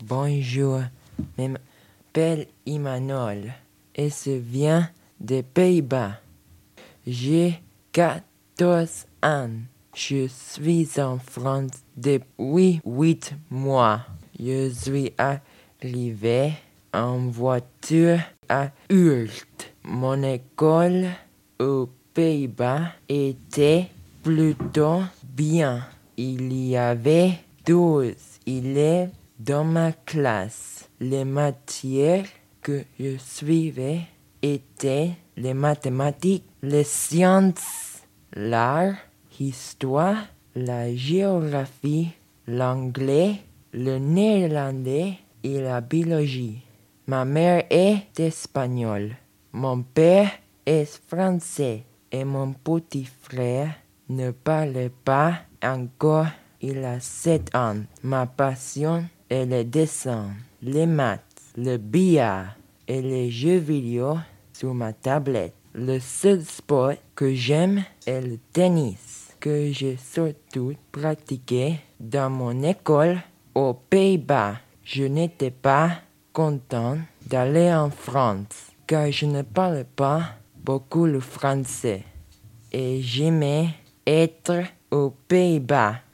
Bonjour, je m'appelle Emmanuel et je viens des Pays-Bas. J'ai 14 ans. Je suis en France depuis 8 mois. Je suis arrivé en voiture à Ult. Mon école aux Pays-Bas était plutôt bien. Il y avait 12 élèves dans ma classe. Les matières que je suivais étaient les mathématiques, les sciences, l'art, l'histoire, la géographie, l'anglais, le néerlandais et la biologie. Ma mère est espagnole. Mon père est français et mon petit frère ne parle pas encore. Il a 7 ans. Ma passion est le dessin, les maths, le billard et les jeux vidéo sur ma tablette. Le seul sport que j'aime est le tennis, que j'ai surtout pratiqué dans mon école aux Pays-Bas. Je n'étais pas content d'aller en France, car je ne parle pas beaucoup le français. Et j'aimais être aux Pays-Bas.